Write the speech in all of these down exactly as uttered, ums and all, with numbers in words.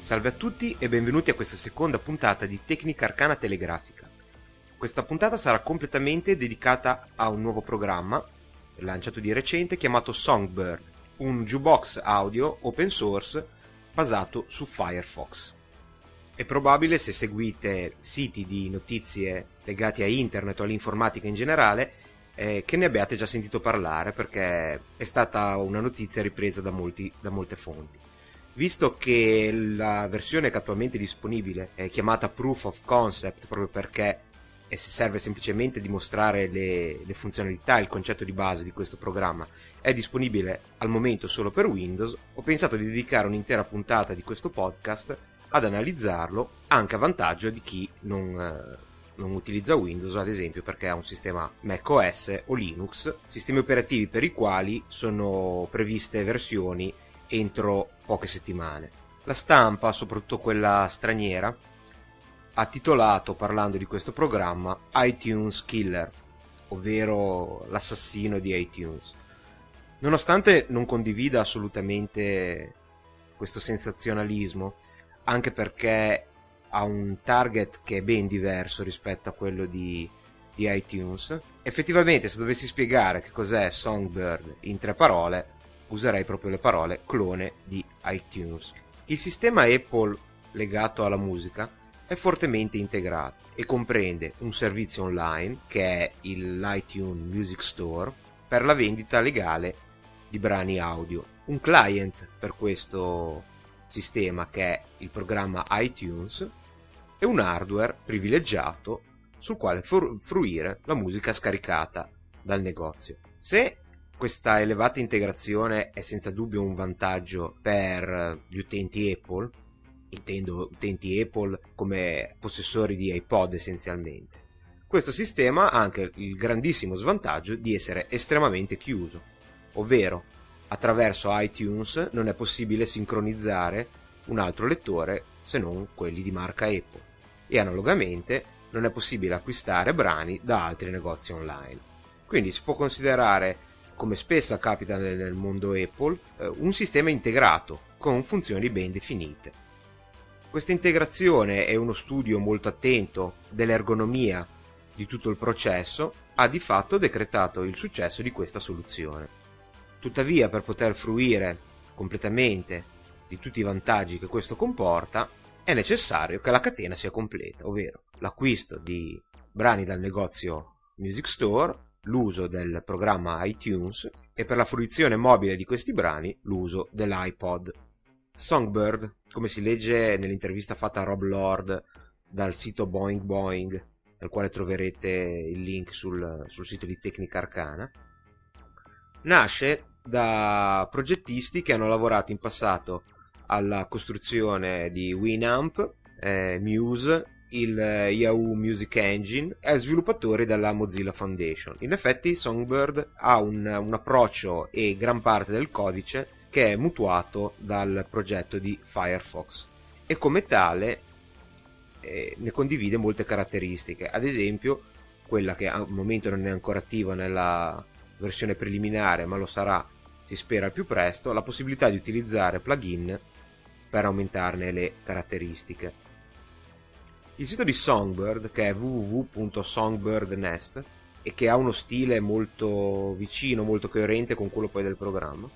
Salve a tutti e benvenuti a questa seconda puntata di Tecnica Arcana Telegrafica. Questa puntata sarà completamente dedicata a un nuovo programma, lanciato di recente, chiamato Songbird, un jukebox audio open source basato su Firefox. È probabile, se seguite siti di notizie legati a internet o all'informatica in generale, eh, che ne abbiate già sentito parlare, perché è stata una notizia ripresa da, molti, da molte fonti. Visto che la versione che attualmente è disponibile è chiamata Proof of Concept proprio perché serve semplicemente a dimostrare le, le funzionalità e il concetto di base di questo programma, è disponibile al momento solo per Windows, ho pensato di dedicare un'intera puntata di questo podcast ad analizzarlo anche a vantaggio di chi non, eh, non utilizza Windows, ad esempio perché ha un sistema macOS o Linux, sistemi operativi per i quali sono previste versioni entro poche settimane. La stampa, soprattutto quella straniera, ha titolato, parlando di questo programma, iTunes Killer, ovvero l'assassino di iTunes. Nonostante non condivida assolutamente questo sensazionalismo, anche perché ha un target che è ben diverso rispetto a quello di, di iTunes, effettivamente se dovessi spiegare che cos'è Songbird in tre parole, userei proprio le parole clone di iTunes. Il sistema Apple legato alla musica è fortemente integrato e comprende un servizio online che è il iTunes Music Store per la vendita legale di brani audio, un client per questo sistema che è il programma iTunes e un hardware privilegiato sul quale fruire la musica scaricata dal negozio. Se questa elevata integrazione è senza dubbio un vantaggio per gli utenti Apple, intendo utenti Apple come possessori di iPod essenzialmente, questo sistema ha anche il grandissimo svantaggio di essere estremamente chiuso, ovvero attraverso iTunes non è possibile sincronizzare un altro lettore se non quelli di marca Apple e analogamente non è possibile acquistare brani da altri negozi online. Quindi si può considerare, come spesso capita nel mondo Apple, un sistema integrato con funzioni ben definite. Questa integrazione e uno studio molto attento dell'ergonomia di tutto il processo ha di fatto decretato il successo di questa soluzione. Tuttavia, per poter fruire completamente di tutti i vantaggi che questo comporta, è necessario che la catena sia completa, ovvero l'acquisto di brani dal negozio Music Store, l'uso del programma iTunes e per la fruizione mobile di questi brani l'uso dell'iPod. Songbird, come si legge nell'intervista fatta a Rob Lord dal sito Boing Boing, al quale troverete il link sul, sul sito di Tecnica Arcana, nasce da progettisti che hanno lavorato in passato alla costruzione di Winamp, eh, Muse, il Yahoo Music Engine e sviluppatori della Mozilla Foundation. In effetti Songbird ha un, un approccio e gran parte del codice che è mutuato dal progetto di Firefox e come tale eh, ne condivide molte caratteristiche, ad esempio quella che al momento non è ancora attiva nella versione preliminare ma lo sarà, si spera, al più presto, la possibilità di utilizzare plugin per aumentarne le caratteristiche. Il sito di Songbird, che è w w w punto songbird punto nest e che ha uno stile molto vicino, molto coerente con quello poi del programma,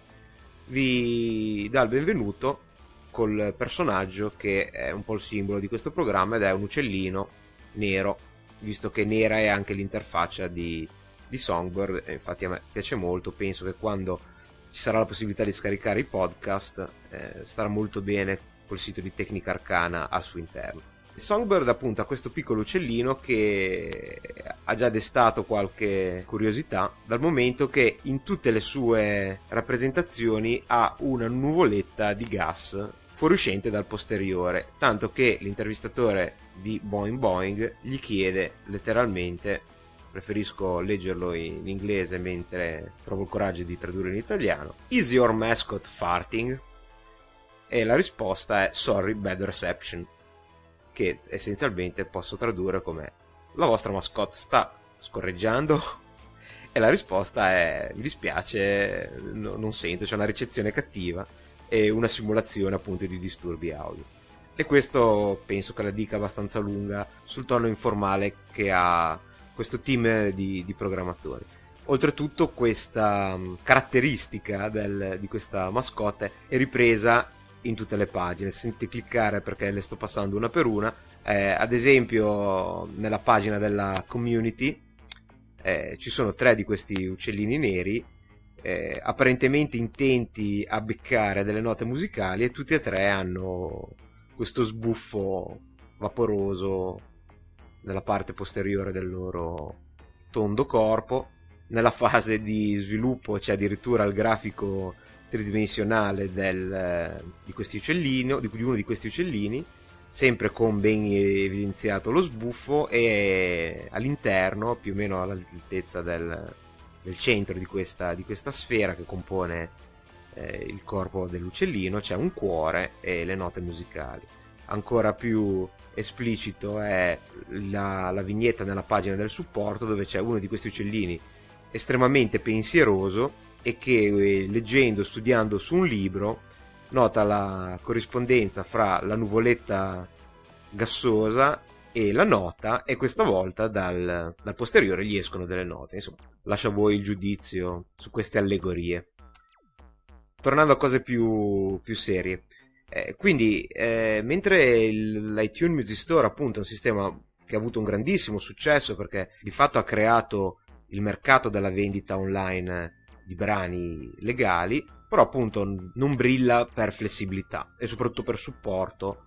vi dà il benvenuto col personaggio che è un po' il simbolo di questo programma ed è un uccellino nero, visto che nera è anche l'interfaccia di, di Songbird, e infatti a me piace molto. Penso che quando ci sarà la possibilità di scaricare i podcast eh, starà molto bene col sito di Tecnica Arcana al suo interno. Songbird appunto ha questo piccolo uccellino che ha già destato qualche curiosità, dal momento che in tutte le sue rappresentazioni ha una nuvoletta di gas fuoriuscente dal posteriore, tanto che l'intervistatore di Boing Boing gli chiede letteralmente, preferisco leggerlo in inglese mentre trovo il coraggio di tradurre in italiano: "Is your mascot farting?" E la risposta è "Sorry, bad reception", che essenzialmente posso tradurre come "la vostra mascotte sta scorreggiando?" E la risposta è "mi dispiace, no, non sento, c'è una ricezione cattiva e una simulazione appunto di disturbi audio". E questo penso che la dica abbastanza lunga sul tono informale che ha questo team di, di programmatori. Oltretutto questa caratteristica del, di questa mascotte è ripresa in tutte le pagine. Sentite cliccare perché le sto passando una per una. Eh, ad esempio nella pagina della community eh, ci sono tre di questi uccellini neri eh, apparentemente intenti a beccare delle note musicali, e tutti e tre hanno questo sbuffo vaporoso nella parte posteriore del loro tondo corpo. Nella fase di sviluppo c'è addirittura il grafico tridimensionale del, di, questi uccellini, di uno di questi uccellini, sempre con ben evidenziato lo sbuffo, e all'interno, più o meno all'altezza del, del centro di questa, di questa sfera che compone eh, il corpo dell'uccellino, c'è un cuore e le note musicali. Ancora più esplicito è la, la vignetta nella pagina del supporto, dove c'è uno di questi uccellini estremamente pensieroso e che eh, leggendo, studiando su un libro, nota la corrispondenza fra la nuvoletta gassosa e la nota, e questa volta dal, dal posteriore gli escono delle note. Insomma, lascio a voi il giudizio su queste allegorie. Tornando a cose più, più serie, eh, quindi eh, mentre il, l'iTunes Music Store appunto è un sistema che ha avuto un grandissimo successo, perché di fatto ha creato il mercato della vendita online di brani legali, però appunto non brilla per flessibilità e soprattutto per supporto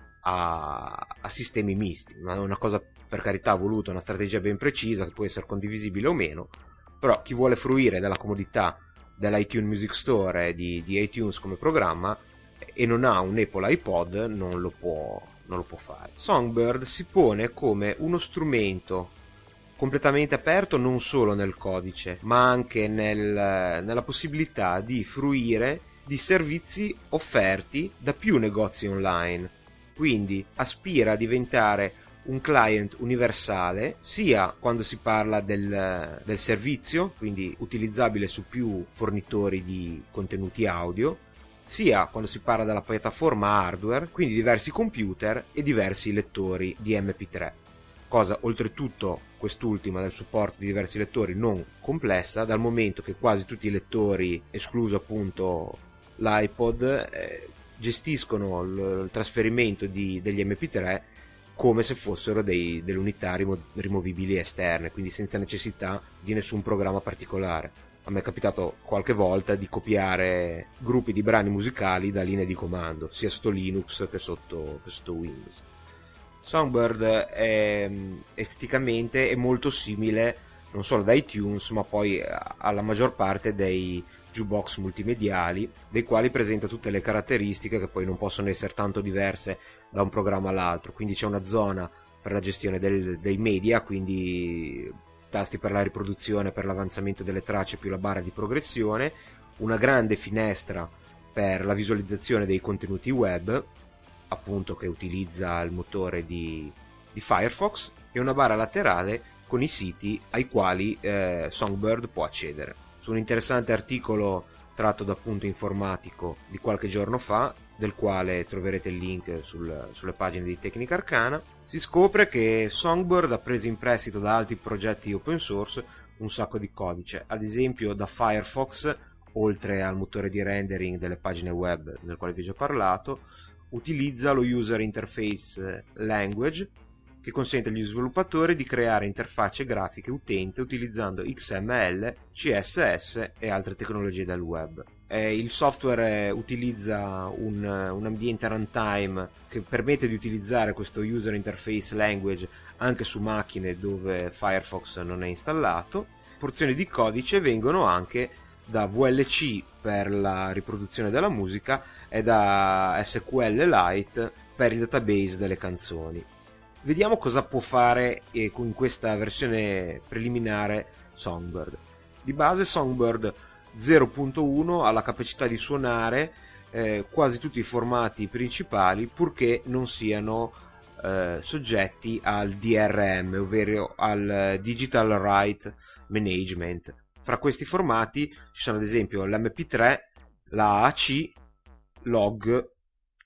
a, a sistemi misti. Ma è una cosa, per carità, voluta, una strategia ben precisa che può essere condivisibile o meno, però chi vuole fruire della comodità dell'iTunes Music Store e di, di iTunes come programma e non ha un Apple iPod non lo può, non lo può fare. Songbird si pone come uno strumento completamente aperto non solo nel codice, ma anche nel, nella possibilità di fruire di servizi offerti da più negozi online. Quindi aspira a diventare un client universale, sia quando si parla del, del servizio, quindi utilizzabile su più fornitori di contenuti audio, sia quando si parla della piattaforma hardware, quindi diversi computer e diversi lettori di emme pi tre. Cosa oltretutto quest'ultima del supporto di diversi lettori non complessa, dal momento che quasi tutti i lettori, escluso appunto l'iPod, eh, gestiscono il, il trasferimento di, degli emme pi tre come se fossero dei, delle unità rimo, rimovibili esterne, quindi senza necessità di nessun programma particolare. A me è capitato qualche volta di copiare gruppi di brani musicali da linee di comando, sia sotto Linux che sotto, che sotto Windows. Songbird è, esteticamente è molto simile non solo ad iTunes, ma poi alla maggior parte dei jukebox multimediali, dei quali presenta tutte le caratteristiche che poi non possono essere tanto diverse da un programma all'altro. Quindi c'è una zona per la gestione del, dei media, quindi tasti per la riproduzione, per l'avanzamento delle tracce più la barra di progressione, una grande finestra per la visualizzazione dei contenuti web, appunto che utilizza il motore di, di Firefox, e una barra laterale con i siti ai quali eh, Songbird può accedere. Su un interessante articolo tratto da Punto Informatico di qualche giorno fa, del quale troverete il link sul, sulle pagine di Tecnica Arcana, si scopre che Songbird ha preso in prestito da altri progetti open source un sacco di codice, ad esempio da Firefox, oltre al motore di rendering delle pagine web del quale vi ho già parlato, utilizza lo User Interface Language, che consente agli sviluppatori di creare interfacce grafiche utente utilizzando X M L, C S S e altre tecnologie del web. Eh, il software utilizza un, un ambiente runtime che permette di utilizzare questo User Interface Language anche su macchine dove Firefox non è installato. Porzioni di codice vengono anche da V L C per la riproduzione della musica e da S Q L Lite per il database delle canzoni. Vediamo cosa può fare eh, con questa versione preliminare Songbird. Di base Songbird zero punto uno ha la capacità di suonare eh, quasi tutti i formati principali, purché non siano eh, soggetti al D R M, ovvero al Digital Right Management. Fra questi formati ci sono ad esempio l'emme pi tre, la A A C, log,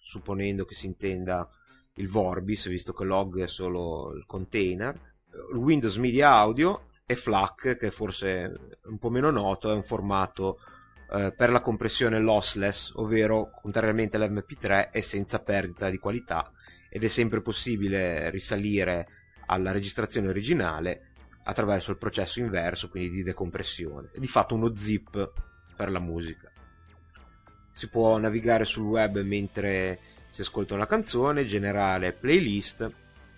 supponendo che si intenda il Vorbis, visto che log è solo il container, il Windows Media Audio e FLAC, che forse è un po' meno noto, è un formato eh, per la compressione lossless, ovvero contrariamente all'emme pi tre è senza perdita di qualità ed è sempre possibile risalire alla registrazione originale attraverso il processo inverso, quindi di decompressione. È di fatto uno zip per la musica. Si può navigare sul web mentre si ascolta una canzone, generare playlist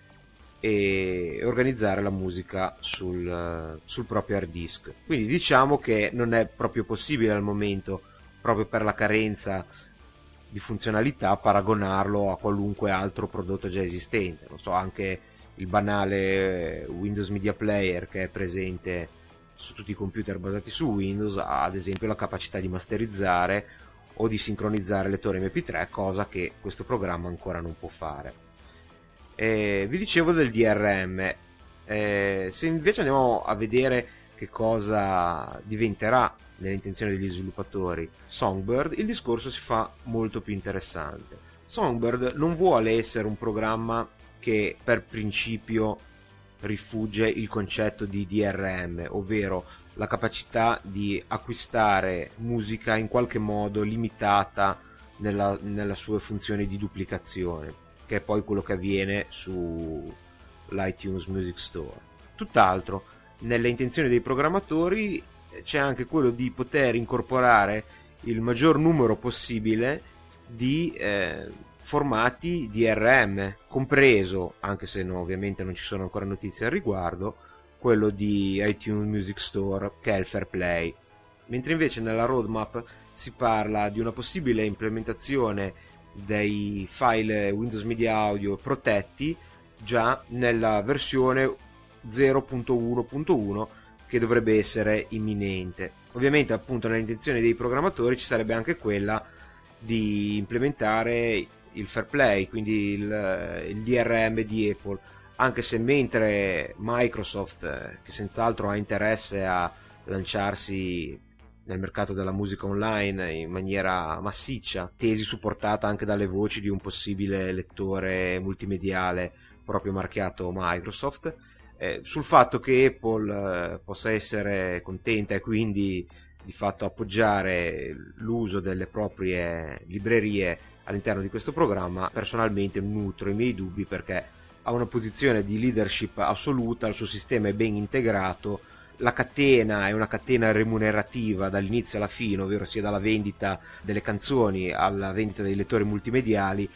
e organizzare la musica sul, sul proprio hard disk. Quindi diciamo che non è proprio possibile al momento, proprio per la carenza di funzionalità, paragonarlo a qualunque altro prodotto già esistente. Non so, anche il banale Windows Media Player che è presente su tutti i computer basati su Windows ha ad esempio la capacità di masterizzare o di sincronizzare lettore emme pi tre, cosa che questo programma ancora non può fare. Eh, vi dicevo del D R M. Eh, se invece andiamo a vedere che cosa diventerà nelle intenzioni degli sviluppatori Songbird, il discorso si fa molto più interessante. Songbird non vuole essere un programma che per principio rifugge il concetto di D R M, ovvero la capacità di acquistare musica in qualche modo limitata nella, nella sue funzioni di duplicazione, che è poi quello che avviene su l'iTunes Music Store. Tutt'altro, nelle intenzioni dei programmatori c'è anche quello di poter incorporare il maggior numero possibile di eh, formati D R M, compreso, anche se no, ovviamente non ci sono ancora notizie al riguardo, quello di iTunes Music Store, che è il Fairplay. Mentre invece nella roadmap si parla di una possibile implementazione dei file Windows Media Audio protetti già nella versione zero punto uno punto uno, che dovrebbe essere imminente. Ovviamente appunto nell'intenzione dei programmatori ci sarebbe anche quella di implementare il Fairplay, quindi il, il D R M di Apple, anche se mentre Microsoft, che senz'altro ha interesse a lanciarsi nel mercato della musica online in maniera massiccia, tesi supportata anche dalle voci di un possibile lettore multimediale proprio marchiato Microsoft, eh, sul fatto che Apple eh, possa essere contenta e quindi di fatto appoggiare l'uso delle proprie librerie all'interno di questo programma, personalmente nutro i miei dubbi, perché ha una posizione di leadership assoluta, il suo sistema è ben integrato, la catena è una catena remunerativa dall'inizio alla fine, ovvero sia dalla vendita delle canzoni alla vendita dei lettori multimediali.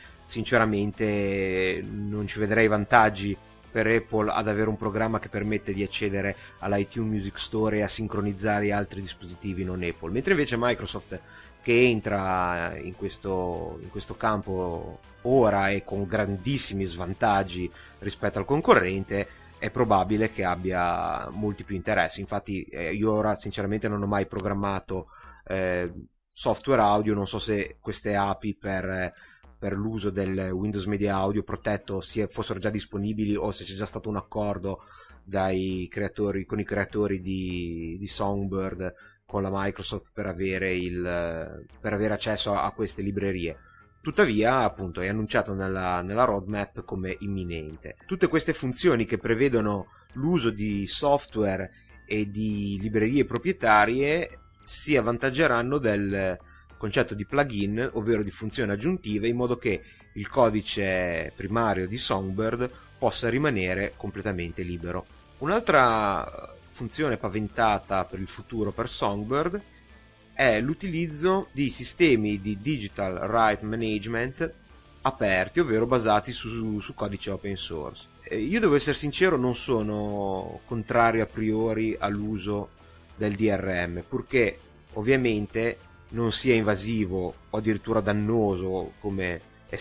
Sinceramente non ci vedrei vantaggi per Apple ad avere un programma che permette di accedere all'iTunes Music Store e a sincronizzare altri dispositivi non Apple, mentre invece Microsoft, che entra in questo, in questo campo ora e con grandissimi svantaggi rispetto al concorrente, è probabile che abbia molti più interessi. Infatti eh, io ora sinceramente non ho mai programmato eh, software audio, non so se queste A P I per, per l'uso del Windows Media Audio protetto sia, fossero già disponibili o se c'è già stato un accordo dai creatori, con i creatori di, di Songbird con la Microsoft per avere, il, per avere accesso a, a queste librerie. Tuttavia, appunto, è annunciato nella, nella roadmap come imminente. Tutte queste funzioni che prevedono l'uso di software e di librerie proprietarie si avvantaggeranno del concetto di plugin, ovvero di funzioni aggiuntive, in modo che il codice primario di Songbird possa rimanere completamente libero. Un'altra funzione paventata per il futuro per Songbird è l'utilizzo di sistemi di digital right management aperti, ovvero basati su, su, su codice open source. Eh, io devo essere sincero, non sono contrario a priori all'uso del D R M, purché ovviamente non sia invasivo o addirittura dannoso come è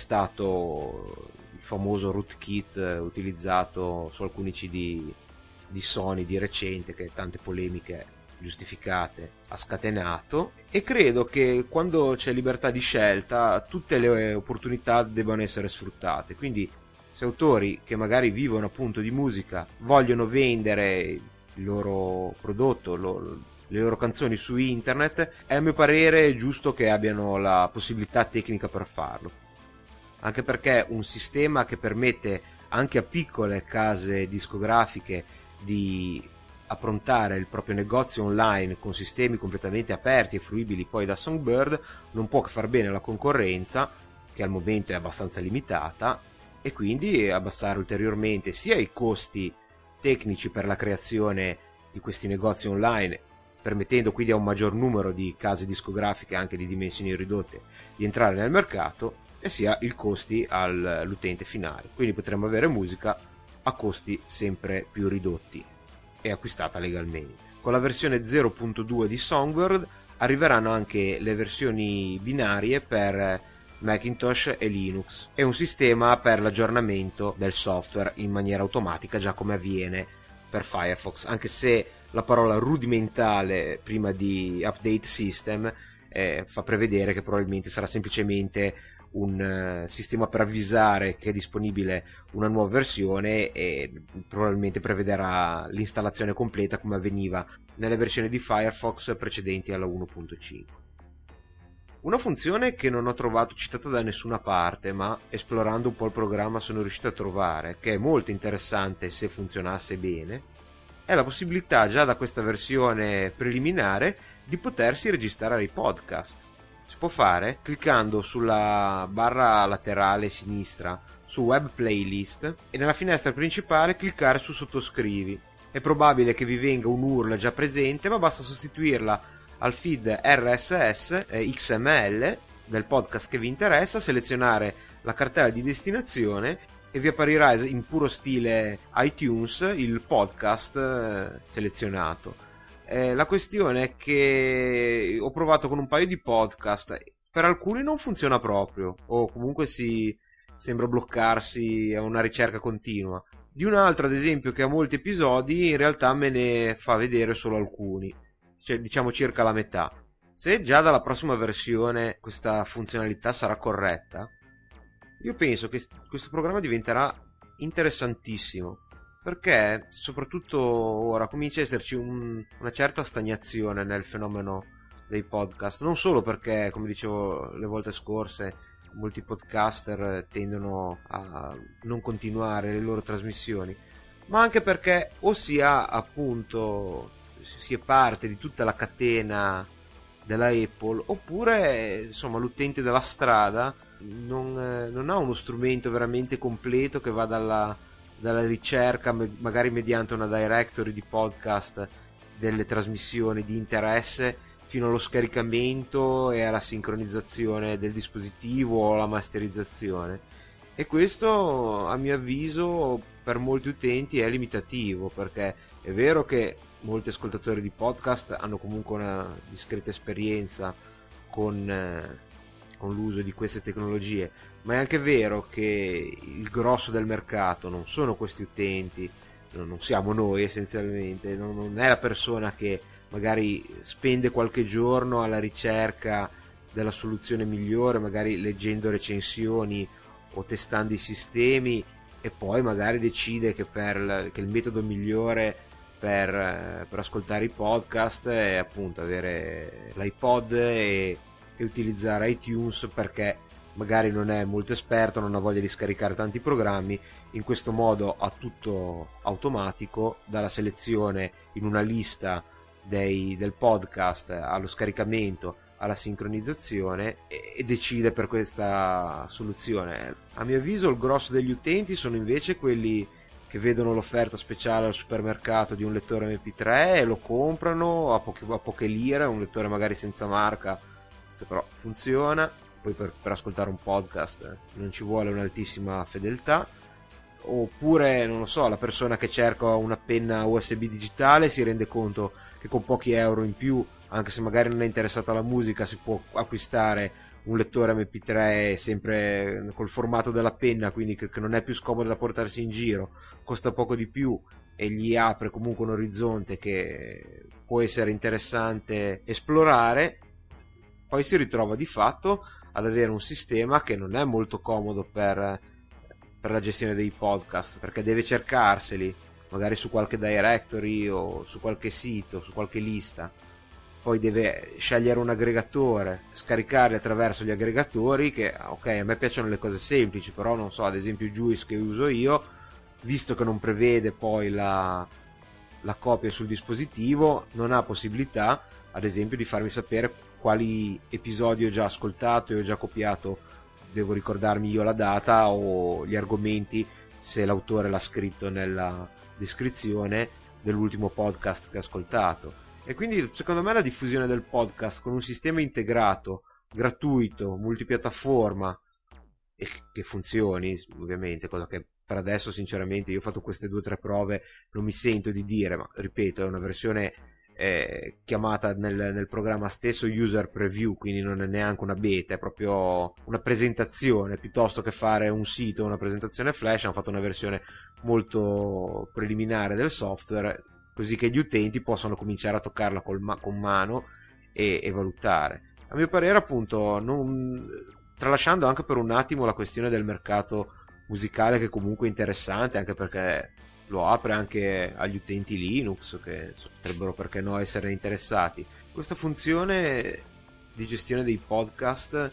stato il famoso rootkit utilizzato su alcuni C D di Sony di recente, che tante polemiche giustificate ha scatenato, e credo che quando c'è libertà di scelta tutte le opportunità debbano essere sfruttate. Quindi se autori che magari vivono appunto di musica vogliono vendere il loro prodotto, lo, le loro canzoni su internet, è a mio parere giusto che abbiano la possibilità tecnica per farlo. anche perché un sistema che permette anche a piccole case discografiche di approntare il proprio negozio online con sistemi completamente aperti e fruibili poi da Songbird non può che far bene alla concorrenza, che al momento è abbastanza limitata, e quindi abbassare ulteriormente sia i costi tecnici per la creazione di questi negozi online, permettendo quindi a un maggior numero di case discografiche anche di dimensioni ridotte di entrare nel mercato, e sia i costi all'utente finale. Quindi potremo avere musica a costi sempre più ridotti e acquistata legalmente. Con la versione zero punto due di Songbird arriveranno anche le versioni binarie per Macintosh e Linux e un sistema per l'aggiornamento del software in maniera automatica, già come avviene per Firefox, anche se la parola rudimentale prima di update system eh, fa prevedere che probabilmente sarà semplicemente un uh, sistema per avvisare che è disponibile una nuova versione, e probabilmente prevederà l'installazione completa come avveniva nelle versioni di Firefox precedenti alla uno punto cinque. Una funzione che non ho trovato citata da nessuna parte, ma esplorando un po' il programma sono riuscito a trovare, che è molto interessante se funzionasse bene, è la possibilità già da questa versione preliminare di potersi registrare i podcast. Si può fare cliccando sulla barra laterale sinistra su Web Playlist e nella finestra principale cliccare su Sottoscrivi. È probabile che vi venga un U R L già presente, ma basta sostituirla al feed R S S eh, X M L del podcast che vi interessa, selezionare la cartella di destinazione e vi apparirà in puro stile iTunes il podcast eh, selezionato. Eh, la questione è che ho provato con un paio di podcast, per alcuni non funziona proprio, o comunque si sembra bloccarsi a una ricerca continua. Di un altro, ad esempio, che ha molti episodi, in realtà me ne fa vedere solo alcuni, cioè diciamo circa la metà. Se già dalla prossima versione questa funzionalità sarà corretta, io penso che questo programma diventerà interessantissimo, perché soprattutto ora comincia a esserci un, una certa stagnazione nel fenomeno dei podcast, non solo perché, come dicevo le volte scorse, molti podcaster tendono a non continuare le loro trasmissioni, ma anche perché o si ha appunto si è parte di tutta la catena della Apple, oppure insomma l'utente della strada non, non ha uno strumento veramente completo che va dalla dalla ricerca, magari mediante una directory di podcast, delle trasmissioni di interesse, fino allo scaricamento e alla sincronizzazione del dispositivo o alla masterizzazione. E questo, a mio avviso, per molti utenti è limitativo, perché è vero che molti ascoltatori di podcast hanno comunque una discreta esperienza con eh, con l'uso di queste tecnologie, ma è anche vero che il grosso del mercato non sono questi utenti, non siamo noi essenzialmente, non è la persona che magari spende qualche giorno alla ricerca della soluzione migliore, magari leggendo recensioni o testando i sistemi, e poi magari decide che, per, che il metodo migliore per, per ascoltare i podcast è appunto avere l'iPod e e utilizzare iTunes, perché magari non è molto esperto, non ha voglia di scaricare tanti programmi. In questo modo ha tutto automatico, dalla selezione in una lista dei, del podcast allo scaricamento alla sincronizzazione, e, e decide per questa soluzione. A mio avviso il grosso degli utenti sono invece quelli che vedono l'offerta speciale al supermercato di un lettore M P tre e lo comprano a poche, a poche lire, un lettore magari senza marca, però funziona. Poi per, per ascoltare un podcast non ci vuole un'altissima fedeltà. Oppure, non lo so, la persona che cerca una penna U S B digitale si rende conto che con pochi euro in più, anche se magari non è interessata alla musica, si può acquistare un lettore M P tre sempre col formato della penna, quindi che, che non è più scomodo da portarsi in giro, costa poco di più e gli apre comunque un orizzonte che può essere interessante esplorare. Poi si ritrova di fatto ad avere un sistema che non è molto comodo per, per la gestione dei podcast, perché deve cercarseli magari su qualche directory o su qualche sito, su qualche lista, poi deve scegliere un aggregatore, scaricarli attraverso gli aggregatori, che ok, a me piacciono le cose semplici, però non so, ad esempio Juice che uso io, visto che non prevede poi la, la copia sul dispositivo, non ha possibilità ad esempio di farmi sapere quali episodi ho già ascoltato e ho già copiato, devo ricordarmi io la data o gli argomenti se l'autore l'ha scritto nella descrizione dell'ultimo podcast che ho ascoltato. E quindi secondo me la diffusione del podcast con un sistema integrato, gratuito, multipiattaforma e che funzioni ovviamente, cosa che per adesso sinceramente io ho fatto queste due o tre prove, non mi sento di dire, ma ripeto, è una versione eh, chiamata nel, nel programma stesso user preview, quindi non è neanche una beta, è proprio una presentazione, piuttosto che fare un sito, una presentazione flash, hanno fatto una versione molto preliminare del software, così che gli utenti possano cominciare a toccarla col ma- con mano e, e valutare. A mio parere, appunto, non, tralasciando anche per un attimo la questione del mercato musicale, che comunque è interessante, anche perché lo apre anche agli utenti Linux, che potrebbero, perché no, essere interessati. Questa funzione di gestione dei podcast,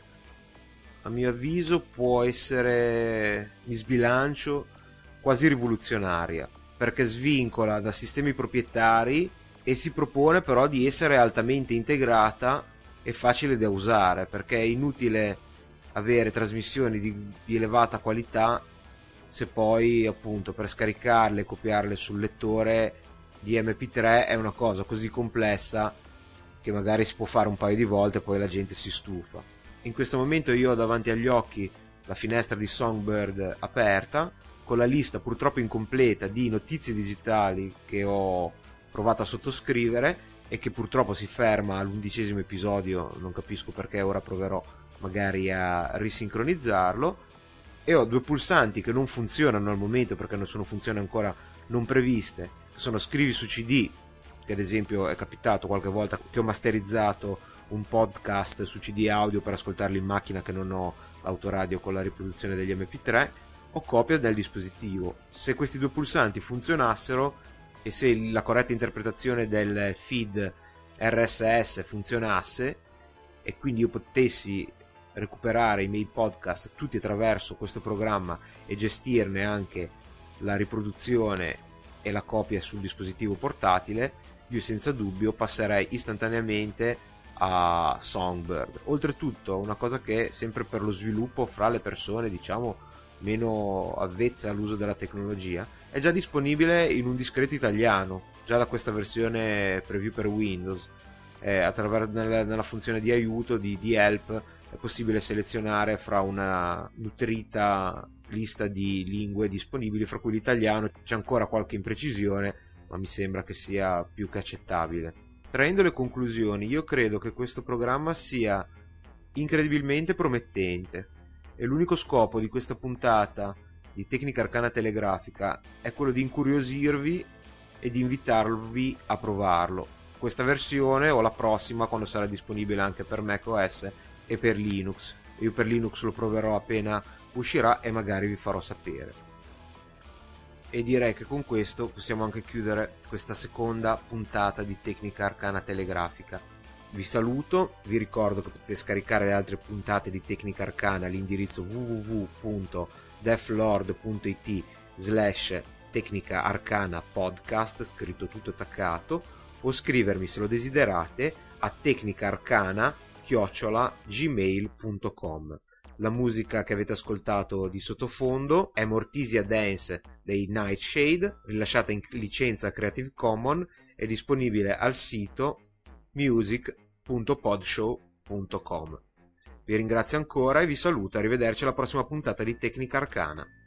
a mio avviso, può essere, mi sbilancio, quasi rivoluzionaria, perché svincola da sistemi proprietari e si propone però di essere altamente integrata e facile da usare, perché è inutile avere trasmissioni di, di elevata qualità se poi appunto per scaricarle e copiarle sul lettore di emme pi tre è una cosa così complessa che magari si può fare un paio di volte e poi la gente si stufa. In questo momento io ho davanti agli occhi la finestra di Songbird aperta con la lista purtroppo incompleta di notizie digitali che ho provato a sottoscrivere e che purtroppo si ferma all'undicesimo episodio, non capisco perché, ora proverò magari a risincronizzarlo, e ho due pulsanti che non funzionano al momento perché non sono funzioni ancora non previste, che sono scrivi su C D, che ad esempio è capitato qualche volta che ho masterizzato un podcast su C D audio per ascoltarlo in macchina che non ho l'autoradio con la riproduzione degli emme pi tre, o copia del dispositivo. Se questi due pulsanti funzionassero e se la corretta interpretazione del feed erre esse esse funzionasse e quindi io potessi recuperare i miei podcast tutti attraverso questo programma e gestirne anche la riproduzione e la copia sul dispositivo portatile, io senza dubbio passerei istantaneamente a Songbird. Oltretutto una cosa che sempre per lo sviluppo fra le persone diciamo meno avvezze all'uso della tecnologia, è già disponibile in un discreto italiano già da questa versione preview per Windows. Eh, attraverso nella, nella funzione di aiuto di, di help è possibile selezionare fra una nutrita lista di lingue disponibili, fra cui l'italiano. C'è ancora qualche imprecisione, ma mi sembra che sia più che accettabile. Traendo le conclusioni, io credo che questo programma sia incredibilmente promettente e l'unico scopo di questa puntata di Tecnica Arcana Telegrafica è quello di incuriosirvi e di invitarvi a provarlo, questa versione o la prossima quando sarà disponibile anche per macOS e per Linux. Io per Linux lo proverò appena uscirà e magari vi farò sapere. E direi che con questo possiamo anche chiudere questa seconda puntata di Tecnica Arcana Telegrafica. Vi saluto, vi ricordo che potete scaricare le altre puntate di Tecnica Arcana all'indirizzo w w w punto deflord punto i t slash Tecnica Arcana Podcast, scritto tutto attaccato, o scrivermi se lo desiderate a tecnicaarcana chiocciola gmail punto com. La musica che avete ascoltato di sottofondo è Mortisia Dance dei Nightshade, rilasciata in licenza Creative Commons e disponibile al sito music punto podshow punto com. Vi ringrazio ancora e vi saluto, arrivederci alla prossima puntata di Tecnica Arcana.